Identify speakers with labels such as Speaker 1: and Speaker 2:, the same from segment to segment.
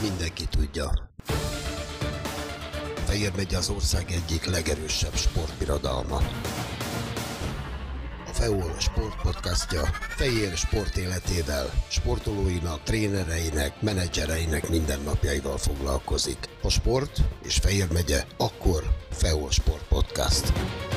Speaker 1: mindenki tudja. Fejér megye az ország egyik legerősebb sportbirodalma. A FEOL Sport podcastja Fejér sport életével, sportolóinak, trénereinek, menedzsereinek mindennapjaival foglalkozik. Ha sport és Fejér megye, akkor FEOL Sport Podcast.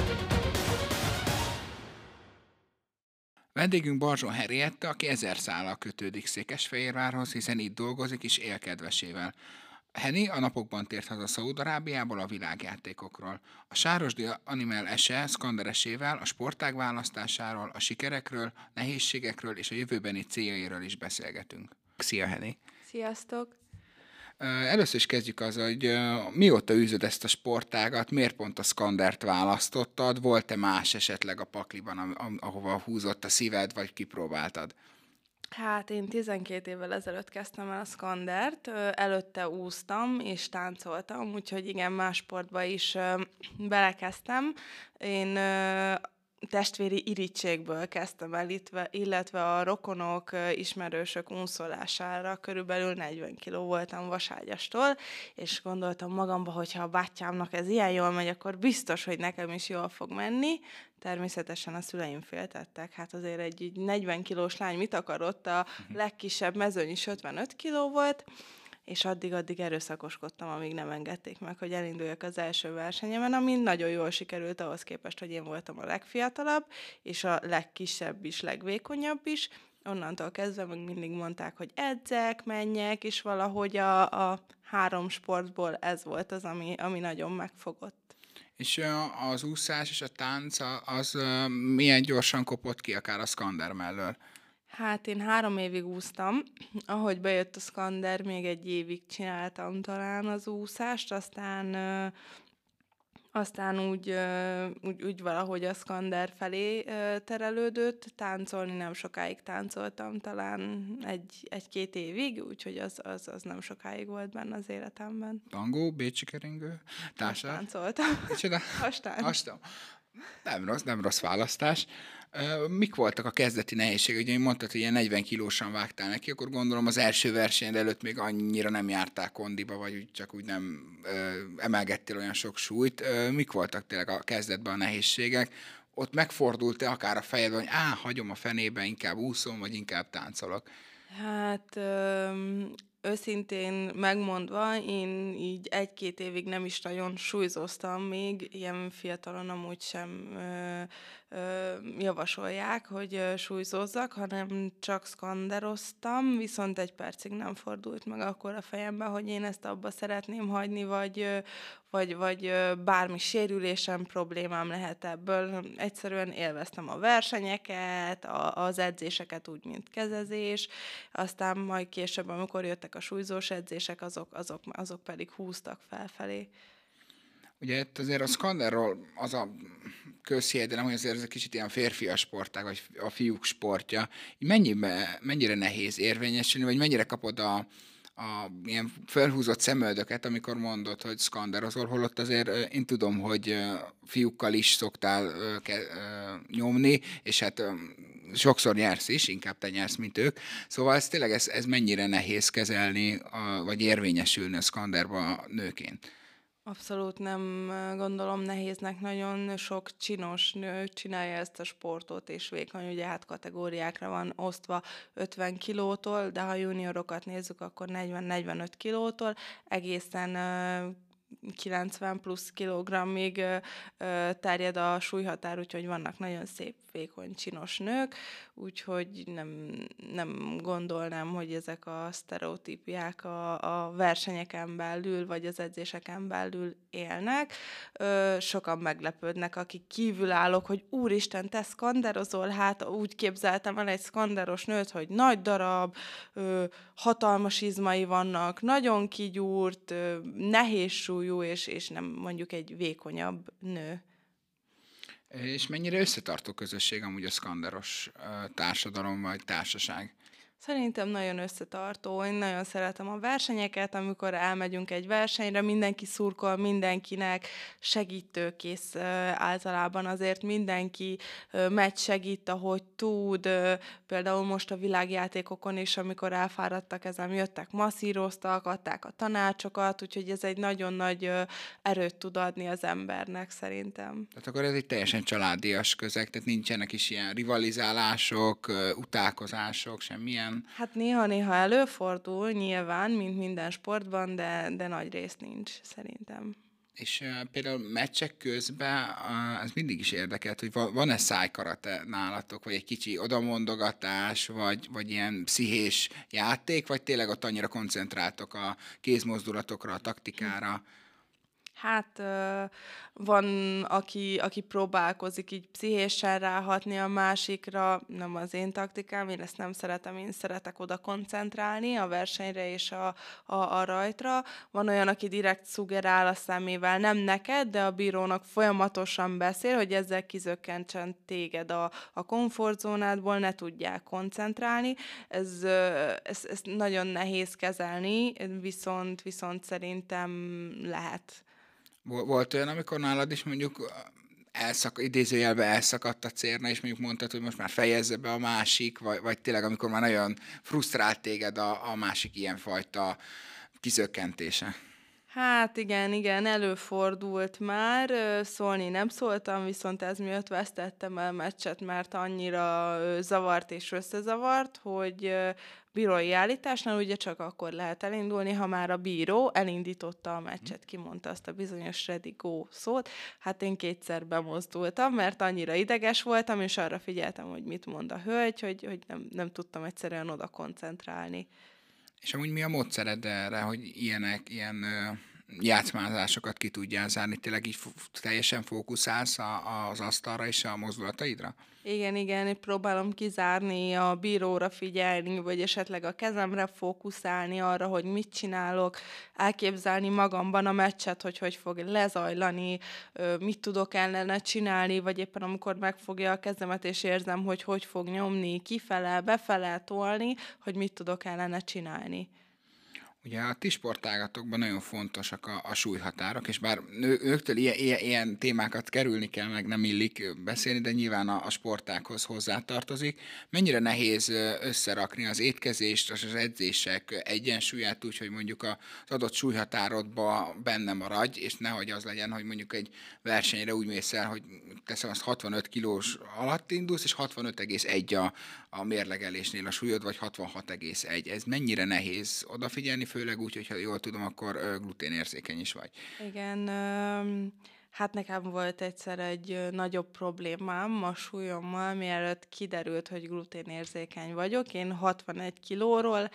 Speaker 2: Vendégünk Barzsó Henrietta, aki 1000 szállal kötődik Székesfehérvárhoz, hiszen itt dolgozik és él kedvesével. Henny a napokban tért haza Szaúd-Arábiából a világjátékokról. A Sárosdi Animel Ese szkanderesével a sportág választásáról, a sikerekről, nehézségekről és a jövőbeni céljairól is beszélgetünk. Szia, Henny!
Speaker 3: Sziasztok!
Speaker 2: Először is kezdjük azzal, hogy mióta űzöd ezt a sportágat, miért pont a szkandert választottad, volt-e más esetleg a pakliban, ahova húzott a szíved, vagy kipróbáltad?
Speaker 3: Hát én 12 évvel ezelőtt kezdtem el a szkandert, előtte úsztam és táncoltam, úgyhogy igen, más sportba is belekezdtem. Én testvéri irítségből kezdtem el, illetve a rokonok, ismerősök unszolására körülbelül 40 kiló voltam vaságyastól, és gondoltam magamba, hogyha a bátyámnak ez ilyen jól megy, akkor biztos, hogy nekem is jól fog menni. Természetesen a szüleim féltettek, hát azért egy 40 kilós lány mit akarott, a legkisebb mezőny is 55 kiló volt, és addig erőszakoskodtam, amíg nem engedték meg, hogy elinduljak az első versenyemen, ami nagyon jól sikerült ahhoz képest, hogy én voltam a legfiatalabb, és a legkisebb is, legvékonyabb is. Onnantól kezdve meg mindig mondták, hogy edzek, menjek, és valahogy a három sportból ez volt az, ami nagyon megfogott.
Speaker 2: És az úszás és a tánc, az milyen gyorsan kopott ki akár a szkander mellől?
Speaker 3: Hát én 3 évig úsztam, ahogy bejött a szkander, még 1 évig csináltam talán az úszást, aztán úgy valahogy a szkander felé terelődött, táncolni nem sokáig táncoltam, talán 1-2 évig, úgyhogy az nem sokáig volt benne az életemben.
Speaker 2: Tangó, bécsi keringő, társad?
Speaker 3: Táncoltam. Hashtán.
Speaker 2: Nem rossz választás. Mik voltak a kezdeti nehézségek? Ugye mondtad, hogy ilyen 40 kilósan vágtál neki, akkor gondolom az első versenyed előtt még annyira nem jártál kondiba, vagy csak úgy nem emelgettél olyan sok súlyt. Mik voltak tényleg a kezdetben a nehézségek? Ott megfordult-e akár a fejedben, hogy hagyom a fenébe, inkább úszom, vagy inkább táncolok?
Speaker 3: Hát őszintén megmondva, én így 1-2 évig nem is nagyon súlyzoztam még, ilyen fiatalon amúgy sem javasolják, hogy súlyzozzak, hanem csak szkanderoztam, viszont 1 percig nem fordult meg akkor a fejemben, hogy én ezt abba szeretném hagyni, vagy bármi sérülésem, problémám lehet ebből. Egyszerűen élveztem a versenyeket, az edzéseket úgy, mint kezezés, aztán majd később, amikor jöttek a súlyzós edzések, azok pedig húztak felfelé.
Speaker 2: Ugye itt azért a szkanderról az a közhiedelem, hogy azért ez egy kicsit ilyen férfias sportág, vagy a fiúk sportja. Mennyire nehéz érvényesülni, vagy mennyire kapod a ilyen felhúzott szemöldöket, amikor mondod, hogy szkanderozol, holott azért én tudom, hogy fiúkkal is szoktál nyomni, és hát sokszor nyersz is, inkább te nyersz, mint ők. Szóval tényleg ez mennyire nehéz kezelni, vagy érvényesülni a szkanderba nőként?
Speaker 3: Abszolút nem gondolom nehéznek, nagyon sok csinos nő csinálja ezt a sportot, és vékony, ugye hát kategóriákra van osztva 50 kilótól, de ha juniorokat nézzük, akkor 40-45 kilótól, egészen 90 plusz kilogrammig terjed a súlyhatár, úgyhogy vannak nagyon szép, vékony, csinos nők, úgyhogy nem gondolnám, hogy ezek a sztereotípiák a versenyeken belül, vagy az edzéseken belül élnek. Sokan meglepődnek, akik kívülállók, hogy úristen, te szkanderozol, hát úgy képzeltem el egy szkanderos nőt, hogy nagy darab, hatalmas izmai vannak, nagyon kigyúrt, nehéz súlyú, és nem mondjuk egy vékonyabb nő.
Speaker 2: És mennyire összetartó közösség amúgy a szkanderos társadalom vagy társaság?
Speaker 3: Szerintem nagyon összetartó. Én nagyon szeretem a versenyeket, amikor elmegyünk egy versenyre, mindenki szurkol mindenkinek, segítőkész általában azért mindenki megy, segít, ahogy tud. Például most a világjátékokon is, amikor elfáradtak ezen, jöttek, masszíroztak, adták a tanácsokat, úgyhogy ez egy nagyon nagy erőt tud adni az embernek szerintem.
Speaker 2: Tehát akkor ez egy teljesen családias közeg, tehát nincsenek is ilyen rivalizálások, utálkozások, semmilyen.
Speaker 3: Hát néha-néha előfordul nyilván, mint minden sportban, de nagy rész nincs szerintem.
Speaker 2: És például meccsek közben ez mindig is érdekelt, hogy van-e szájkarate nálatok, vagy egy kicsi odamondogatás, vagy ilyen pszichés játék, vagy tényleg ott annyira koncentráltok a kézmozdulatokra, a taktikára?
Speaker 3: Hát van, aki próbálkozik így pszichésen ráhatni a másikra, nem az én taktikám, én ezt nem szeretem, én szeretek oda koncentrálni a versenyre és a rajtra. Van olyan, aki direkt szugerál a szemével, nem neked, de a bírónak folyamatosan beszél, hogy ezzel kizökkentsen téged a komfortzónádból, ne tudják koncentrálni. Ez nagyon nehéz kezelni, viszont szerintem lehet.
Speaker 2: Volt olyan, amikor nálad is mondjuk idézőjelben elszakadt a cérna, és mondjuk mondtad, hogy most már fejezze be a másik, vagy tényleg amikor már nagyon frusztrált téged a másik ilyenfajta kizökkentése?
Speaker 3: Hát igen, előfordult már, szólni nem szóltam, viszont ez miatt vesztettem el meccset, mert annyira zavart és összezavart, hogy bírói állításnál ugye csak akkor lehet elindulni, ha már a bíró elindította a meccset, kimondta azt a bizonyos ready go szót. Hát én kétszer bemozdultam, mert annyira ideges voltam, és arra figyeltem, hogy mit mond a hölgy, hogy nem tudtam egyszerűen oda koncentrálni.
Speaker 2: És amúgy mi a módszered erre, hogy ilyen játszmázásokat ki tudjál zárni? Tényleg így teljesen fókuszálsz az asztalra és a mozdulataidra?
Speaker 3: Igen, én próbálom kizárni, a bíróra figyelni, vagy esetleg a kezemre fókuszálni arra, hogy mit csinálok, elképzelni magamban a meccset, hogy fog lezajlani, mit tudok ellene csinálni, vagy éppen amikor megfogja a kezemet, és érzem, hogy fog nyomni kifele, befele, tolni, hogy mit tudok ellene csinálni.
Speaker 2: Ugye a ti sportágatokban nagyon fontosak a súlyhatárok, és bár nőktől ilyen témákat kerülni kell, meg nem illik beszélni, de nyilván a sportákhoz hozzátartozik. Mennyire nehéz összerakni az étkezést, az edzések egyensúlyát úgy, hogy mondjuk az adott súlyhatárodba benne maradj, és nehogy az legyen, hogy mondjuk egy versenyre úgy mész el, hogy teszem azt 65 kilós alatt indulsz, és 65,1 a mérlegelésnél a súlyod, vagy 66,1. Ez mennyire nehéz odafigyelni, főleg úgy, hogyha jól tudom, akkor gluténérzékeny is vagy.
Speaker 3: Igen, hát nekem volt egyszer egy nagyobb problémám a súlyommal, mielőtt kiderült, hogy gluténérzékeny vagyok. Én 61 kilóról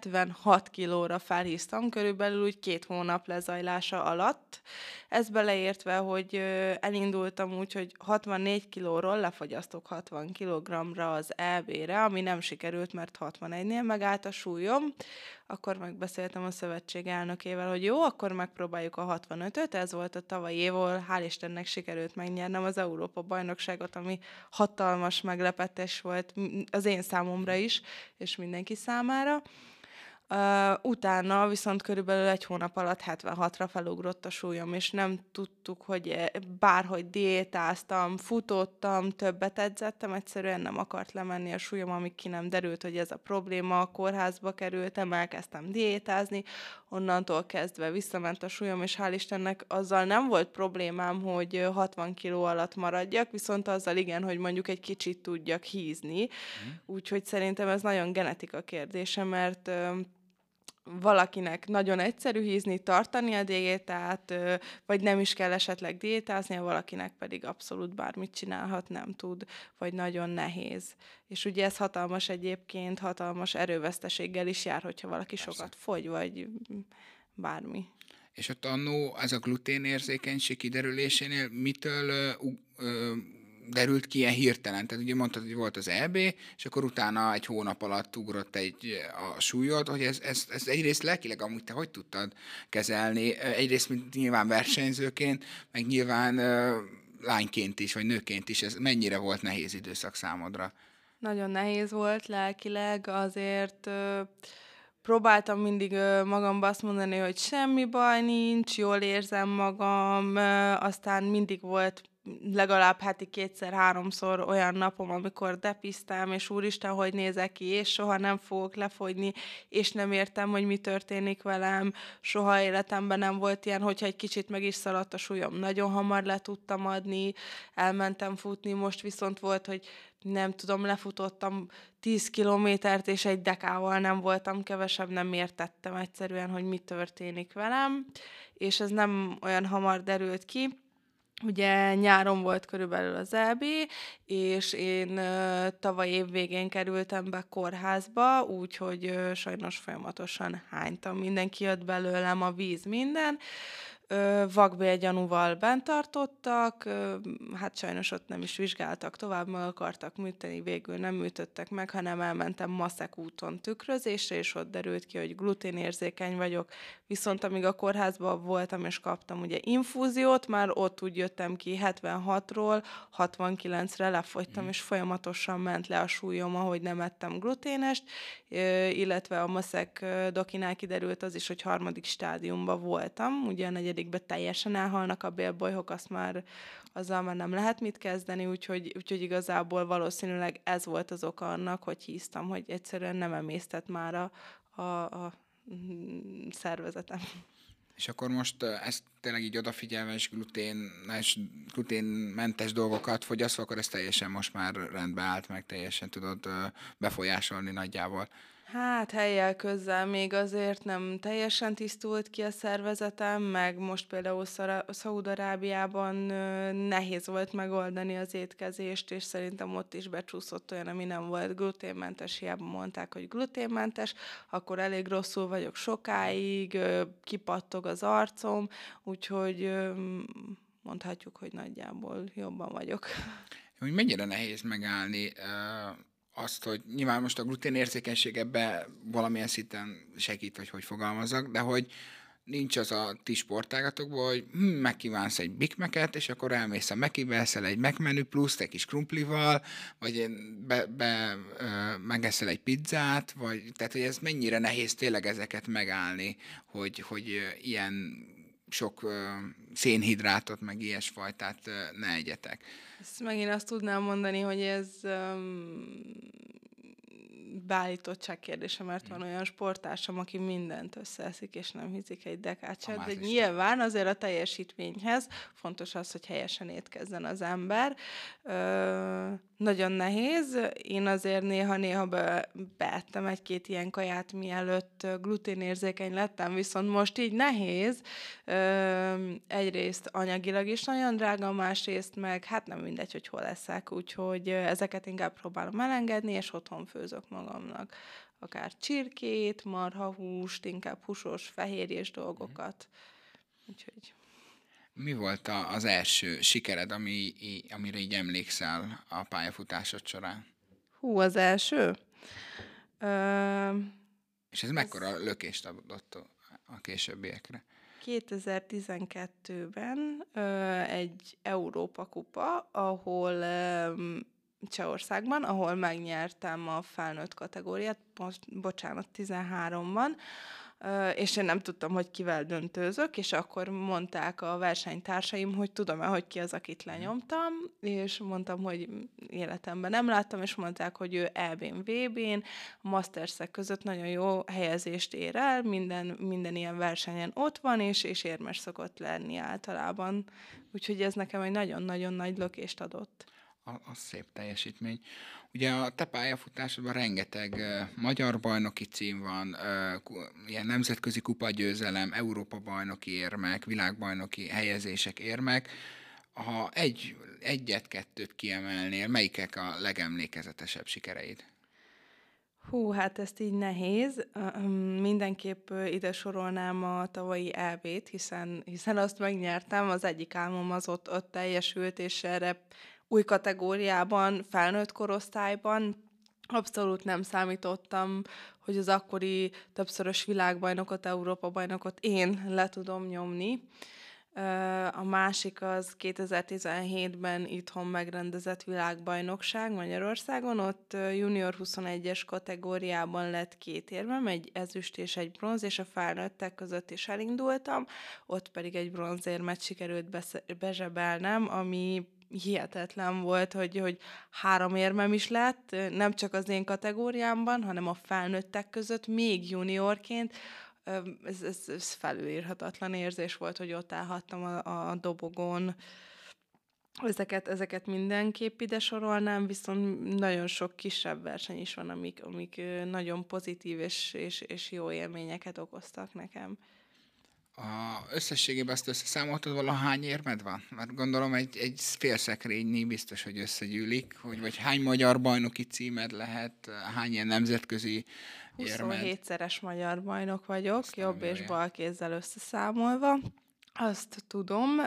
Speaker 3: 76 kilóra felhíztam, körülbelül úgy 2 hónap lezajlása alatt. Ez beleértve, hogy elindultam úgy, hogy 64 kilóról lefogyasztok 60 kilogramra az EB-re, ami nem sikerült, mert 61-nél megállt a súlyom. Akkor megbeszéltem a szövetség elnökével, hogy jó, akkor megpróbáljuk a 65-öt, ez volt a tavalyi év, ahol hál' Istennek sikerült megnyernem az Európa-bajnokságot, ami hatalmas meglepetés volt az én számomra is, és mindenki számára. Utána viszont körülbelül 1 hónap alatt 76-ra felugrott a súlyom, és nem tudtuk, hogy bárhogy diétáztam, futottam, többet edzettem, egyszerűen nem akart lemenni a súlyom, amíg ki nem derült, hogy ez a probléma, a kórházba kerültem, elkezdtem diétázni, onnantól kezdve visszament a súlyom, és hál' Istennek azzal nem volt problémám, hogy 60 kiló alatt maradjak, viszont azzal igen, hogy mondjuk egy kicsit tudjak hízni, úgyhogy szerintem ez nagyon genetika kérdése, mert valakinek nagyon egyszerű hízni, tartani a diétát, vagy nem is kell esetleg diétáznia, valakinek pedig abszolút bármit csinálhat, nem tud, vagy nagyon nehéz. És ugye ez hatalmas erőveszteséggel is jár, hogyha valaki sokat fogy, vagy bármi.
Speaker 2: És ott annó ez a gluténérzékenység kiderülésénél mitől derült ki ilyen hirtelen? Tehát ugye mondtad, hogy volt az EB, és akkor utána 1 hónap alatt ugrott a súlyod, hogy ez egyrészt lelkileg amúgy te hogy tudtad kezelni? Egyrészt mint nyilván versenyzőként, meg nyilván lányként is, vagy nőként is, ez mennyire volt nehéz időszak számodra?
Speaker 3: Nagyon nehéz volt lelkileg, azért próbáltam mindig magamba azt mondani, hogy semmi baj nincs, jól érzem magam, aztán mindig volt legalább heti kétszer-háromszor olyan napom, amikor depisztem, és úristen, hogy nézek ki, és soha nem fogok lefogyni, és nem értem, hogy mi történik velem, soha életemben nem volt ilyen, hogyha egy kicsit meg is szaladt a súlyom, nagyon hamar le tudtam adni, elmentem futni, most viszont volt, hogy nem tudom, lefutottam 10 kilométert, és egy dekával nem voltam kevesebb, nem értettem egyszerűen, hogy mi történik velem, és ez nem olyan hamar derült ki. Ugye nyáron volt körülbelül az EB, és én tavaly év végén kerültem be kórházba, úgyhogy sajnos folyamatosan hánytam, mindenki jött belőlem, a víz, minden. Vakbélgyanúval bent tartottak, hát sajnos ott nem is vizsgáltak tovább, meg akartak műteni, végül nem műtöttek meg, hanem elmentem maszek úton tükrözésre, és ott derült ki, hogy gluténérzékeny vagyok, viszont amíg a kórházban voltam, és kaptam ugye infúziót, már ott úgy jöttem ki 76-ról 69-re lefogytam, és folyamatosan ment le a súlyom, ahogy nem ettem gluténest, illetve a maszek dokinál kiderült az is, hogy 3. stádiumban voltam, ugye a 4. teljesen elhalnak a bélbolyhok, azzal már nem lehet mit kezdeni, úgyhogy igazából valószínűleg ez volt az oka annak, hogy híztam, hogy egyszerűen nem emésztett már a szervezetem.
Speaker 2: És akkor most ezt tényleg így odafigyelve, és gluténmentes dolgokat fogyasztva, akkor ez teljesen most már rendbe állt, meg teljesen tudod befolyásolni nagyjából.
Speaker 3: Hát helyjel közzel még azért nem teljesen tisztult ki a szervezetem, meg most például Szaúd-Arábiában nehéz volt megoldani az étkezést, és szerintem ott is becsúszott olyan, ami nem volt gluténmentes, hiába mondták, hogy gluténmentes, akkor elég rosszul vagyok sokáig, kipattog az arcom, úgyhogy mondhatjuk, hogy nagyjából jobban vagyok.
Speaker 2: Hogy mennyire nehéz megállni azt, hogy nyilván most a gluténérzékenység ebbe valamilyen szinten segít, vagy hogy fogalmazzak, de hogy nincs az a ti sportágatokból, hogy megkívánsz egy Big Mac-et, és akkor elmész a Mac-ibe, eszel egy Mac menü pluszt, egy kis krumplival, vagy megeszel egy pizzát, vagy, tehát hogy ez mennyire nehéz tényleg ezeket megállni, hogy ilyen sok szénhidrátot, meg ilyesfajtát ne egyetek.
Speaker 3: Ezt megint azt tudnám mondani, hogy ez beállítottság kérdése, mert van olyan sporttársam, aki mindent összeeszik, és nem hízik egy dekát sem. De nyilván azért a teljesítményhez fontos az, hogy helyesen étkezzen az ember. Nagyon nehéz. Én azért néha-néha beettem egy-két ilyen kaját, mielőtt gluténérzékeny lettem, viszont most így nehéz. Egyrészt anyagilag is nagyon drága, másrészt meg hát nem mindegy, hogy hol leszek, úgyhogy ezeket inkább próbálom elengedni, és otthon főzök magamnak. Akár csirkét, marhahúst, inkább húsos, fehérjés dolgokat. Úgyhogy...
Speaker 2: Mi volt az első sikered, amire így emlékszel a pályafutásod során?
Speaker 3: Az első?
Speaker 2: És ez mekkora lökést adott a későbbiekre?
Speaker 3: 2012-ben egy Európa kupa, ahol Csehországban, ahol megnyertem a felnőtt kategóriát, bocsánat, 13-ban, és én nem tudtam, hogy kivel döntőzök, és akkor mondták a versenytársaim, hogy tudom-e, hogy ki az, akit lenyomtam, és mondtam, hogy életemben nem láttam, és mondták, hogy ő EB-n, VB-n, a Mastersek között nagyon jó helyezést ér el, minden ilyen versenyen ott van, és érmes szokott lenni általában. Úgyhogy ez nekem egy nagyon-nagyon nagy lökést adott.
Speaker 2: Az szép teljesítmény. Ugye a te pályafutásodban rengeteg magyar bajnoki cím van, ilyen nemzetközi kupagyőzelem, Európa-bajnoki érmek, világbajnoki helyezések, érmek. Ha egyet-kettőt kiemelnél, melyikek a legemlékezetesebb sikereid?
Speaker 3: Hát ezt így nehéz. Mindenképp ide sorolnám a tavalyi EB-t, hiszen azt megnyertem, az egyik álmom az ott teljesült, és erre új kategóriában, felnőtt korosztályban abszolút nem számítottam, hogy az akkori többszörös világbajnokot, Európa-bajnokot én le tudom nyomni. A másik az 2017-ben itthon megrendezett világbajnokság Magyarországon. Ott junior 21-es kategóriában lett 2 érmem, egy ezüst és egy bronz, és a felnőttek között is elindultam. Ott pedig egy bronzérmet sikerült bezsebelnem, ami hihetetlen volt, hogy 3 érmem is lett, nem csak az én kategóriámban, hanem a felnőttek között, még juniorként. Ez felülírhatatlan érzés volt, hogy ott állhattam a dobogón. Ezeket mindenképp ide sorolnám, viszont nagyon sok kisebb verseny is van, amik nagyon pozitív és jó élményeket okoztak nekem.
Speaker 2: Összességében azt összeszámoltad, hány érmed van? Mert gondolom egy félszekrényi biztos, hogy összegyűlik, vagy hány magyar bajnoki címed lehet, hány ilyen nemzetközi érmed?
Speaker 3: 27-szeres magyar bajnok vagyok, azt jobb és bal kézzel összeszámolva. Azt tudom,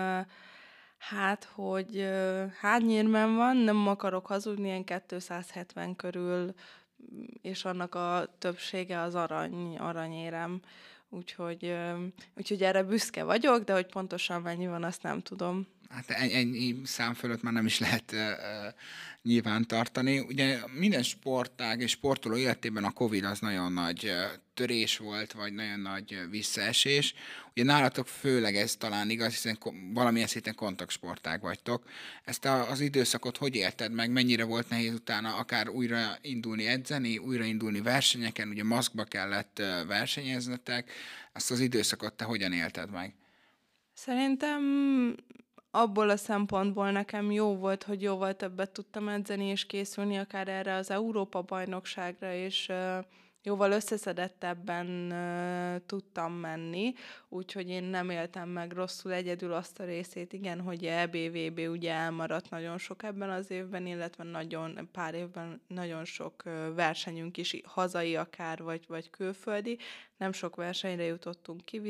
Speaker 3: hogy hány érmem van, nem akarok hazudni, ilyen 270 körül, és annak a többsége az aranyérem. Úgyhogy erre büszke vagyok, de hogy pontosan mennyi van, azt nem tudom.
Speaker 2: Hát ennyi szám fölött már nem is lehet nyilván tartani. Ugye minden sportág és sportoló életében a Covid az nagyon nagy törés volt, vagy nagyon nagy visszaesés. Ugye nálatok főleg ez talán igaz, hiszen valamilyen szinten kontaktsportág vagytok. Ezt az időszakot hogy élted meg? Mennyire volt nehéz utána akár újra indulni edzeni, újra indulni versenyeken? Ugye maszkba kellett versenyeznetek. Ezt az időszakot te hogyan élted meg?
Speaker 3: Szerintem abból a szempontból nekem jó volt, hogy jóval többet tudtam edzeni és készülni akár erre az Európa-bajnokságra, és jóval összeszedettebben tudtam menni, úgyhogy én nem éltem meg rosszul egyedül azt a részét, igen, hogy EB-VB ugye elmaradt nagyon sok ebben az évben, illetve pár évben nagyon sok versenyünk is, hazai akár, vagy külföldi. Nem sok versenyre jutottunk ki,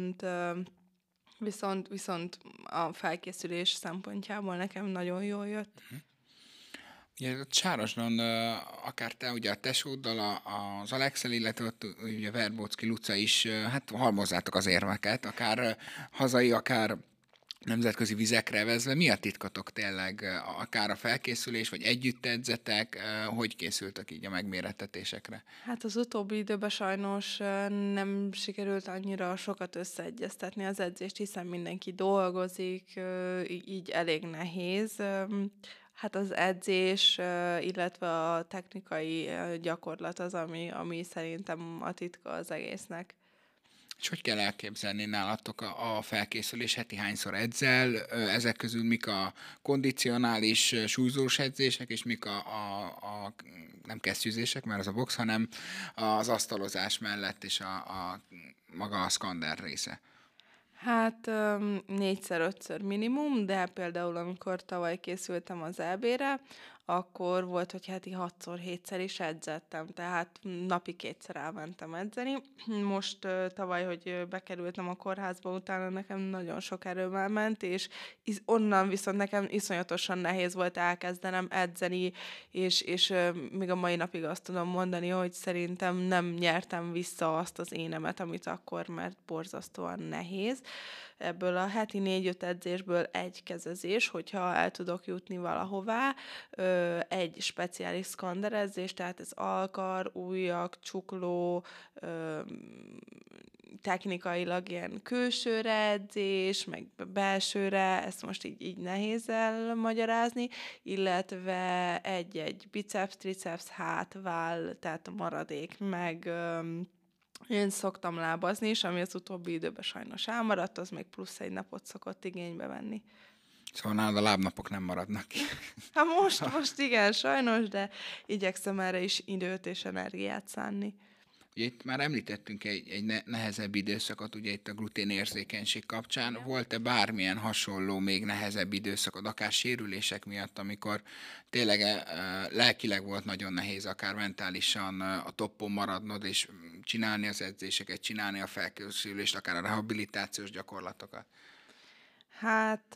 Speaker 3: Viszont a felkészülés szempontjából nekem nagyon jól jött.
Speaker 2: Ugye Sárosdon akár te, ugye a tesóddal, az Alexel, illetve ott ugye Verbóczky Luca is, hát halmozzátok az érmeket, akár hazai, akár nemzetközi vizekre vezve. Mi a titkotok tényleg, akár a felkészülés, vagy együtt edzetek, hogy készültek így a megmérettetésekre?
Speaker 3: Hát az utóbbi időben sajnos nem sikerült annyira sokat összeegyeztetni az edzést, hiszen mindenki dolgozik, így elég nehéz. Hát az edzés, illetve a technikai gyakorlat az, ami szerintem a titka az egésznek.
Speaker 2: És hogy kell elképzelni nálatok a felkészülés, heti hányszor edzel, ezek közül mik a kondicionális súlyzós edzések, és mik a nem kesztyűzések, mert az a box, hanem az asztalozás mellett és maga a szkander része?
Speaker 3: Hát 4-5-ször minimum, de például amikor tavaly készültem az EB-re, akkor volt, hogy heti 6-7-szer is edzettem, tehát napi 2-szer elmentem edzeni. Most tavaly, hogy bekerültem a kórházba, utána nekem nagyon sok erőmmel ment, és onnan viszont nekem iszonyatosan nehéz volt elkezdenem edzeni, és még a mai napig azt tudom mondani, hogy szerintem nem nyertem vissza azt az énemet, amit akkor, mert borzasztóan nehéz. Ebből a heti 4-5 edzésből egy kezezés, hogyha el tudok jutni valahová, egy speciális szkanderezés, tehát ez alkar, ujjak, csukló, technikailag ilyen külsőre edzés, meg belsőre, ezt most így nehéz elmagyarázni, illetve egy biceps, triceps, hátvál, tehát a maradék, meg én szoktam lábazni is, ami az utóbbi időben sajnos elmaradt, az még plusz egy napot szokott igénybe venni.
Speaker 2: Szóval nálad a lábnapok nem maradnak ki.
Speaker 3: Hát most igen, sajnos, de igyekszem erre is időt és energiát szánni.
Speaker 2: Ugye itt már említettünk egy nehezebb időszakot, ugye itt a gluténérzékenység kapcsán. Ja. Volt-e bármilyen hasonló, még nehezebb időszakod, akár sérülések miatt, amikor tényleg lelkileg volt nagyon nehéz, akár mentálisan a toppon maradnod, és csinálni az edzéseket, csinálni a felkészülést, akár a rehabilitációs gyakorlatokat?
Speaker 3: Hát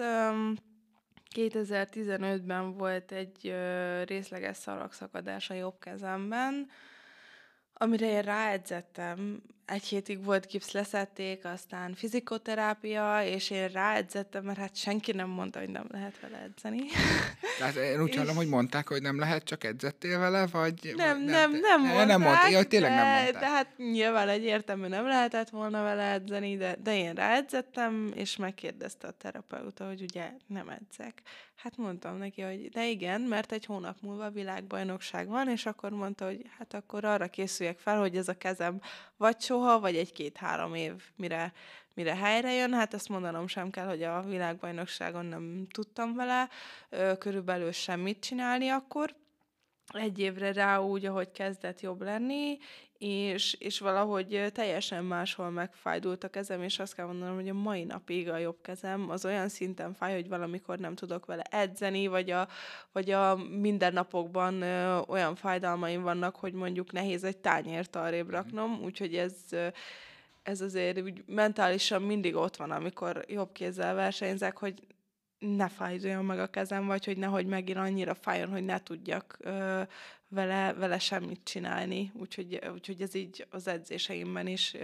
Speaker 3: 2015-ben volt egy részleges szalagszakadás a jobb kezemben, amire én ráedzettem 1 hétig volt gipsz, leszették, aztán fizikoterápia, és én ráedzettem, mert hát senki nem mondta, hogy nem lehet vele edzeni.
Speaker 2: Tehát én úgy hallom, hogy mondták, hogy nem lehet, csak edzettél vele, vagy...
Speaker 3: Nem mondták,
Speaker 2: nem mondták. Ja, tényleg nem mondták.
Speaker 3: de hát nyilván egyértelmű nem lehetett volna vele edzeni, de én ráedzettem, és megkérdezte a terapeuta, hogy ugye nem edzek. Hát mondtam neki, hogy de igen, mert 1 hónap múlva világbajnokság van, és akkor mondta, hogy hát akkor arra készüljek fel, hogy ez a kezem vagy soha, vagy 1-2-3 év, mire helyre jön. Hát ezt mondanom sem kell, hogy a világbajnokságon nem tudtam vele körülbelül semmit csinálni akkor. 1 évre rá úgy, ahogy kezdett jobb lenni, és valahogy teljesen máshol megfájdult a kezem, és azt kell mondanom, hogy a mai napig a jobb kezem az olyan szinten fáj, hogy valamikor nem tudok vele edzeni, vagy a mindennapokban olyan fájdalmaim vannak, hogy mondjuk nehéz egy tányért arrébb raknom, úgyhogy ez azért úgy mentálisan mindig ott van, amikor jobb kézzel versenyzek, hogy ne fájduljon meg a kezem, vagy hogy nehogy megint annyira fájjon, hogy ne tudjak vele semmit csinálni. Úgyhogy ez így az edzéseimben is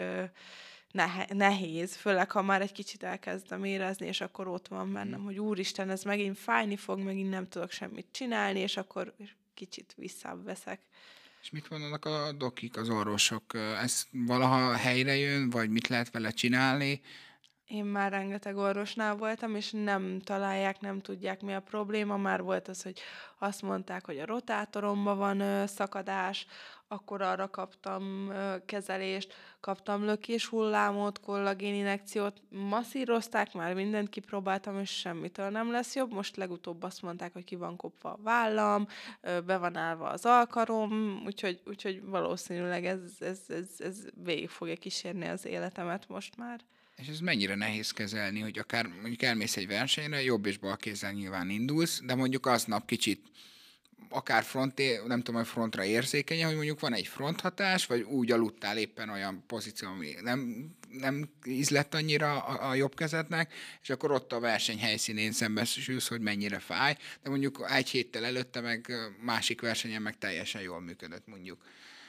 Speaker 3: nehéz, főleg ha már egy kicsit elkezdem érezni, és akkor ott van bennem, hogy úristen, ez megint fájni fog, megint nem tudok semmit csinálni, és akkor kicsit visszább veszek.
Speaker 2: És mit mondanak a dokik, az orvosok? Ez valaha helyre jön, vagy mit lehet vele csinálni?
Speaker 3: Én már rengeteg orvosnál voltam, és nem találják, nem tudják, mi a probléma. Már volt az, hogy azt mondták, hogy a rotátoromban van szakadás, akkor arra kaptam kezelést, kaptam lökéshullámot, kollagéninjekciót, masszírozták, már mindent kipróbáltam, és semmitől nem lesz jobb. Most legutóbb azt mondták, hogy ki van kopva a vállam, be van állva az alkarom, úgyhogy valószínűleg ez végig fogja kísérni az életemet most már.
Speaker 2: És ez mennyire nehéz kezelni, hogy akár mondjuk elmész egy versenyre, jobb és bal kézzel nyilván indulsz, de mondjuk aznap kicsit akár nem tudom, hogy frontra érzékeny, hogy mondjuk van egy fronthatás, vagy úgy aludtál éppen olyan pozíció, ami nem ízlett annyira a jobb kezednek, és akkor ott a verseny helyszínén szembesülsz, hogy mennyire fáj, de mondjuk 1 héttel előtte meg másik versenyen meg teljesen jól működött mondjuk.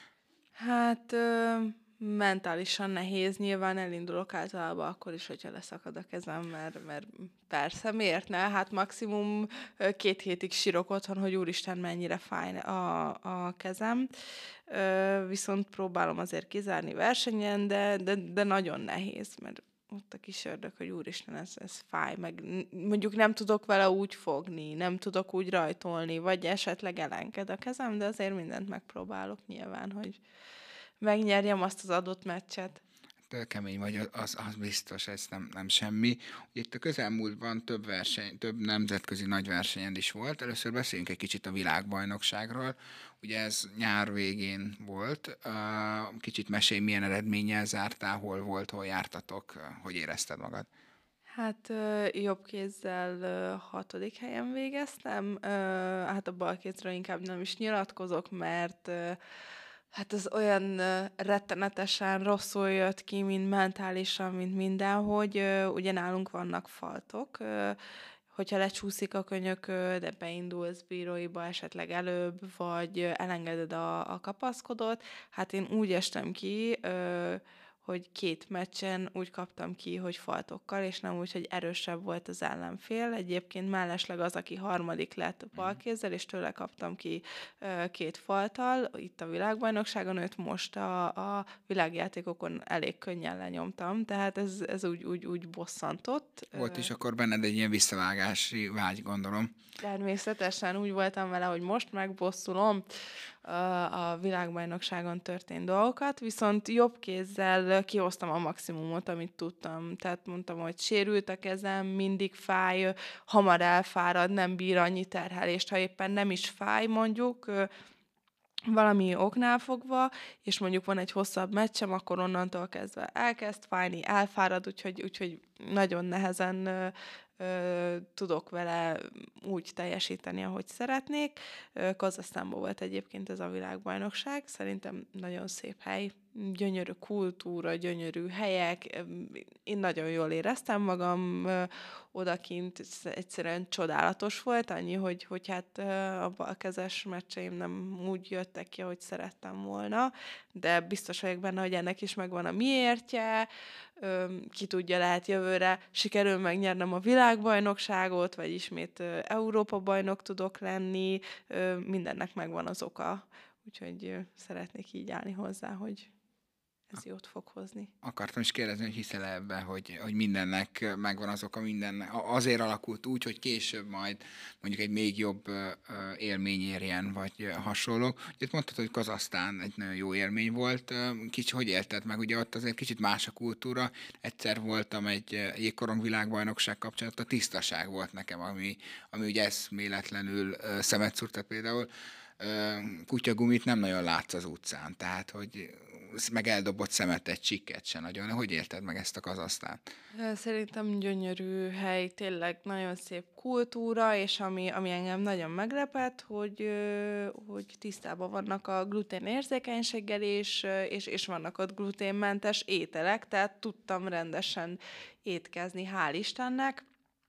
Speaker 3: Hát mentálisan nehéz, nyilván elindulok általában akkor is, hogyha leszakad a kezem, mert persze, miért ne? Hát maximum 2 hétig sírok otthon, hogy úristen, mennyire fáj a kezem. Viszont próbálom azért kizárni versenyen, de nagyon nehéz, mert ott a kis ördög, hogy úristen, ez fáj, meg mondjuk nem tudok vele úgy fogni, nem tudok úgy rajtolni, vagy esetleg elenked a kezem, de azért mindent megpróbálok nyilván, hogy megnyerjem azt az adott meccset.
Speaker 2: De kemény vagy, az biztos, ez nem semmi. Ugye itt a közelmúltban több nemzetközi nagy versenyen is volt. Először beszéljünk egy kicsit a világbajnokságról. Ugye ez nyár végén volt. Kicsit mesélj, milyen eredménnyel zártál, hol volt, hol jártatok, hogy érezted magad?
Speaker 3: Hát jobb kézzel 6. helyen végeztem. Hát a bal kézről inkább nem is nyilatkozok, mert hát ez olyan rettenetesen rosszul jött ki, mind mentálisan, mint minden, hogy ugye nálunk vannak faltok, hogyha lecsúszik a könyököd, beindulsz bíróiba esetleg előbb, vagy elengeded a kapaszkodót, hát én úgy estem ki, hogy 2 meccsen úgy kaptam ki, hogy faltokkal, és nem úgy, hogy erősebb volt az ellenfél. Egyébként mellesleg az, aki 3. lett balkézzel, és tőle kaptam ki 2 falttal. Itt a világbajnokságon őt most a világjátékokon elég könnyen lenyomtam, tehát ez úgy bosszantott.
Speaker 2: Volt is akkor benned egy ilyen visszavágási vágy, gondolom.
Speaker 3: Természetesen úgy voltam vele, hogy most megbosszulom a világbajnokságon történt dolgokat, viszont jobb kézzel kihoztam a maximumot, amit tudtam. Tehát mondtam, hogy sérült a kezem, mindig fáj, hamar elfárad, nem bír annyi terhelést, ha éppen nem is fáj mondjuk, valami oknál fogva, és mondjuk van egy hosszabb meccsem, akkor onnantól kezdve elkezd fájni, elfárad, úgyhogy nagyon nehezen tudok vele úgy teljesíteni, ahogy szeretnék. Kazahsztánban volt egyébként ez a világbajnokság, szerintem nagyon szép hely, gyönyörű kultúra, gyönyörű helyek. Én nagyon jól éreztem magam odakint, egyszerűen csodálatos volt, annyi, hogy hát a balkezes meccseim nem úgy jöttek ki, ahogy szerettem volna, de biztos vagyok benne, hogy ennek is megvan a miértje, ki tudja, lehet jövőre sikerül megnyernem a világbajnokságot, vagy ismét Európa-bajnok tudok lenni, mindennek megvan az oka. Úgyhogy szeretnék így állni hozzá, hogy ez jót fog hozni.
Speaker 2: Akartam is kérdezni, hogy hiszel ebbe, hogy mindennek megvan az oka, minden azért alakult úgy, hogy később majd mondjuk egy még jobb élmény érjen, vagy hasonló. Itt mondtad, hogy Kazahsztán egy nagyon jó élmény volt. Kicsit hogy élted meg? Ugye ott azért kicsit más a kultúra. Egyszer voltam egy jégkorong világbajnokság kapcsán, ott a tisztaság volt nekem, ami ugye eszméletlenül szemet szúrt, tehát például kutyagumit nem nagyon látsz az utcán, tehát hogy meg eldobott szemet egy csikket se nagyon. Hogy érted meg ezt a Kazahsztánt?
Speaker 3: Szerintem gyönyörű hely, tényleg nagyon szép kultúra, és ami engem nagyon meglepett, hogy tisztában vannak a glutén érzékenységgel, és vannak ott gluténmentes ételek, tehát tudtam rendesen étkezni, hál' Istennek.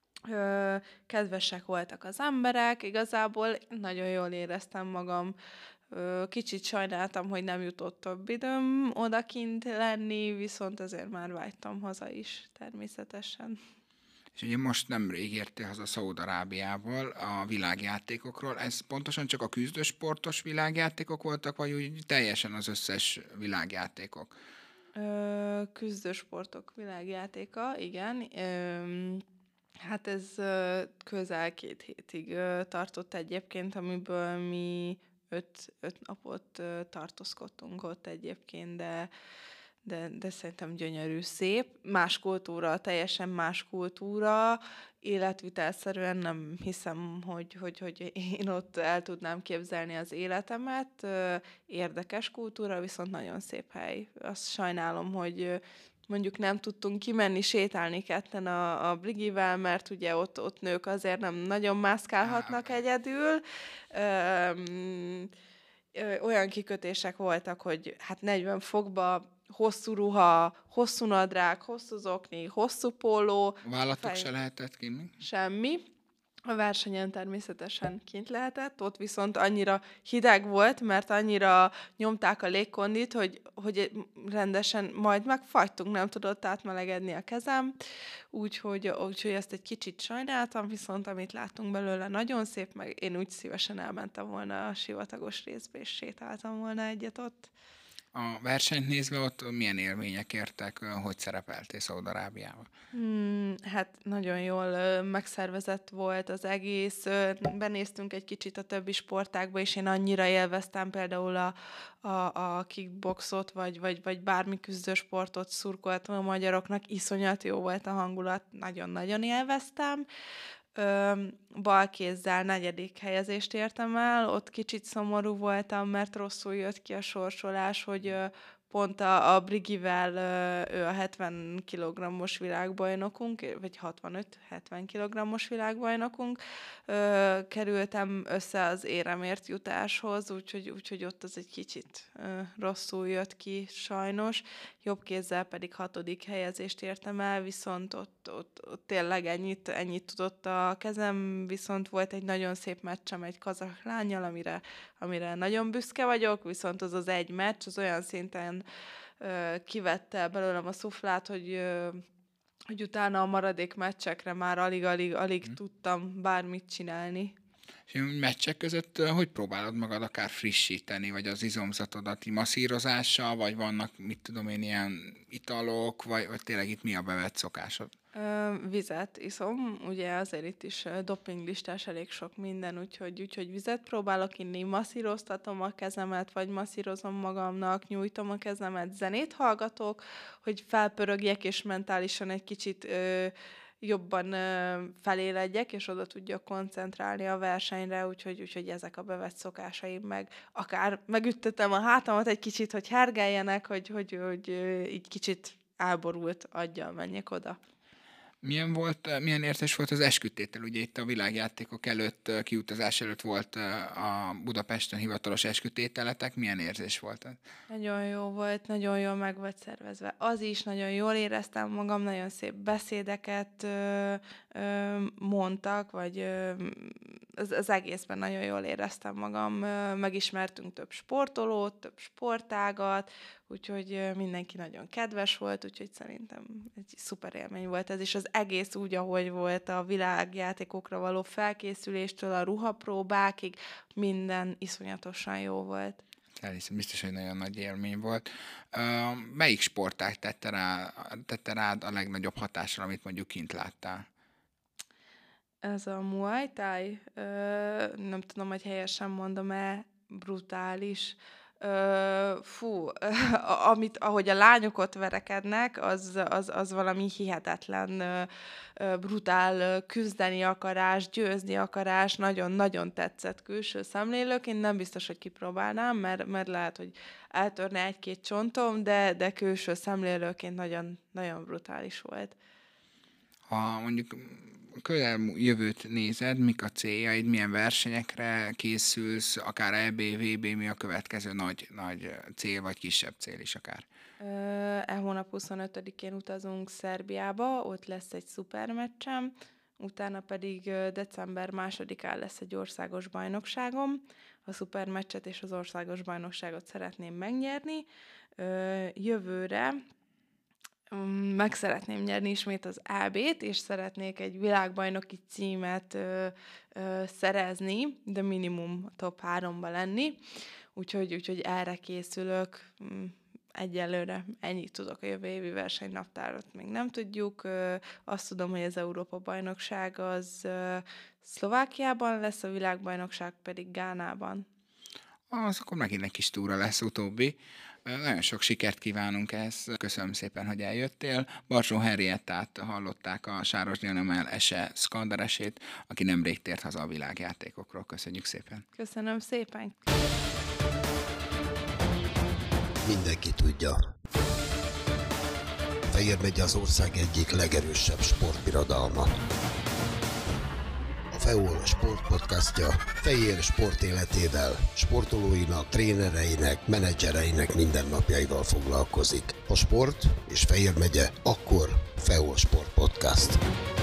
Speaker 3: Kedvesek voltak az emberek, igazából nagyon jól éreztem magam. Kicsit sajnáltam, hogy nem jutott több időm odakint lenni, viszont azért már vágytam haza is, természetesen.
Speaker 2: És ugye most nemrég értél haza Szaúd-Arábiából a világjátékokról. Ez pontosan csak a küzdősportos világjátékok voltak, vagy úgy teljesen az összes világjátékok?
Speaker 3: Küzdősportok világjátéka, igen. Hát ez közel 2 hétig tartott egyébként, amiből mi 5 napot tartózkodtunk ott egyébként, de szerintem gyönyörű, szép. Más kultúra, teljesen más kultúra, életvitelszerűen nem hiszem, hogy én ott el tudnám képzelni az életemet. Érdekes kultúra, viszont nagyon szép hely. Azt sajnálom, hogy mondjuk nem tudtunk kimenni, sétálni ketten a Brigivel, mert ugye ott nők azért nem nagyon mászkálhatnak egyedül. Olyan kikötések voltak, hogy hát 40 fokba hosszú ruha, hosszú nadrág, hosszú zokni, hosszú póló.
Speaker 2: Vállatok se lehetett kinni?
Speaker 3: Semmi. A versenyen természetesen kint lehetett, ott viszont annyira hideg volt, mert annyira nyomták a légkondit, hogy rendesen majd megfagytunk, nem tudott átmelegedni a kezem, úgyhogy ezt egy kicsit sajnáltam, viszont amit láttunk belőle nagyon szép, meg én úgy szívesen elmentem volna a sivatagos részbe, és sétáltam volna egyet ott.
Speaker 2: A versenyt nézve ott milyen élmények értek, hogy szerepeltél Szaúd-Arábiában?
Speaker 3: Hát nagyon jól megszervezett volt az egész. Benéztünk egy kicsit a többi sportágba, és én annyira élveztem például a kickboxot, vagy bármi küzdősportot, szurkoltam a magyaroknak. Iszonyat jó volt a hangulat, nagyon-nagyon élveztem. Balkézzel 4. helyezést értem el, ott kicsit szomorú voltam, mert rosszul jött ki a sorsolás, hogy pont a Brigivel, ő a 70 kg-os világbajnokunk, vagy 65-70 kg-os világbajnokunk, kerültem össze az éremért jutáshoz, úgyhogy ott az egy kicsit rosszul jött ki sajnos. Jobb kézzel pedig 6. helyezést értem el, viszont ott tényleg ennyit tudott a kezem, viszont volt egy nagyon szép meccsem egy kazah lánnyal, amire nagyon büszke vagyok, viszont az egy meccs, az olyan szinten kivette belőlem a szuflát, hogy utána a maradék meccsekre már alig tudtam bármit csinálni.
Speaker 2: És meccsek között hogy próbálod magad akár frissíteni, vagy az izomzatodat masszírozással, vagy vannak, mit tudom én, ilyen italok, vagy tényleg itt mi a bevett szokásod?
Speaker 3: Vizet iszom, ugye azért itt is dopinglistás elég sok minden, úgyhogy vizet próbálok inni, masszíroztatom a kezemet, vagy masszírozom magamnak, nyújtom a kezemet, zenét hallgatok, hogy felpörögjek, és mentálisan egy kicsit jobban feléledjek, és oda tudjak koncentrálni a versenyre, úgyhogy ezek a bevett szokásaim, meg akár megüttetem a hátamat egy kicsit, hogy hergeljenek, hogy így kicsit elborult aggyal menjek oda.
Speaker 2: Milyen érzés volt az esküdtétel? Ugye itt a világjátékok előtt, kiutazás előtt volt a Budapesten hivatalos esküdtételetek. Milyen érzés volt ez?
Speaker 3: Nagyon jó volt, nagyon jól meg volt szervezve. Az is, nagyon jól éreztem magam, nagyon szép beszédeket mondtak, vagy az egészben nagyon jól éreztem magam. Megismertünk több sportolót, több sportágat, úgyhogy mindenki nagyon kedves volt, úgyhogy szerintem egy szuper élmény volt ez, és az egész úgy, ahogy volt a világjátékokra való felkészüléstől a ruhapróbákig, minden iszonyatosan jó volt.
Speaker 2: Elhiszem, biztos, hogy nagyon nagy élmény volt. Melyik sportág tette rád a legnagyobb hatással, amit mondjuk kint láttál?
Speaker 3: Ez a Muay Thai, nem tudom, hogy helyesen mondom-e, brutális. Ahogy a lányok ott verekednek, az valami hihetetlen, brutál küzdeni akarás, győzni akarás, nagyon-nagyon tetszett külső szemlélőként. Nem biztos, hogy kipróbálnám, mert lehet, hogy eltörne egy-két csontom, de külső szemlélőként nagyon, nagyon brutális volt.
Speaker 2: Ha mondjuk közeljövőt nézed, mik a céljaid, milyen versenyekre készülsz, akár EB, VB, mi a következő nagy cél, vagy kisebb cél is akár?
Speaker 3: Hónap 25-én utazunk Szerbiába, ott lesz egy szupermeccsem, utána pedig december 2-án lesz egy országos bajnokságom. A szupermeccset és az országos bajnokságot szeretném megnyerni. Jövőre meg szeretném nyerni ismét az AB-t, és szeretnék egy világbajnoki címet szerezni, de minimum a top 3-ba lenni. Úgyhogy erre készülök. Egyelőre ennyit tudok, a jövő évi versenynaptárat még nem tudjuk. Azt tudom, hogy az Európa-bajnokság az Szlovákiában lesz, a világbajnokság pedig Gánában.
Speaker 2: Az akkor megint egy kis túra lesz utóbbi. Nagyon sok sikert kívánunk ehhez. Köszönöm szépen, hogy eljöttél. Barzsó Henriettát hallották, a Sáros Diana SE szkanderesét, aki nemrég tért haza a világjátékokról. Köszönjük szépen.
Speaker 3: Köszönöm szépen.
Speaker 1: Mindenki tudja. Fejérmegye az ország egyik legerősebb sportbirodalma. A FEOL sportpodcastja Fejér sport életével, sportolóinak, trénereinek, menedzsereinek mindennapjaival foglalkozik. A sport és Fejér megye, akkor FEOL Sport Podcast.